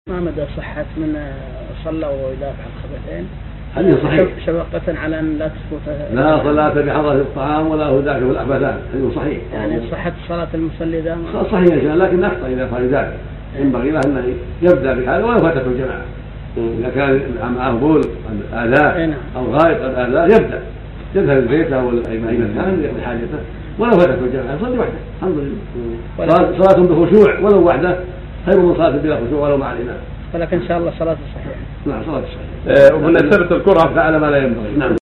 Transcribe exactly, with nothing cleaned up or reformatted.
ما مدى صحة من صلى ويدافع الخبثين؟ حديث صحيح شفقة على أن لا تفوت لا صلاة بحضرة الطعام ولا هو ذاك الأخبثان. حديث صحيح يعني صحة صلاة المصلي ذا صحيح لكن أخطأ إذا فعل ذلك. ينبغي له أن يبدأ بهذا ولا فاتته الجماعة. إذا كان معه بول قد آذاه أو غائط قد آذاه يبدأ يذهب البيت أو أي مكان يقضي حاجته ولا فاتته الجماعة يصلي وحده. الحمد لله. صلاة بخشوع ولو وحده خير من صلاة بلا خشوع ولو مع الإمام. ولكن إن شاء الله صلاة صحيحة. نعم صلاة صحيحة. ومن ثبت الكرة فعل ما لا ينبغي. نعم.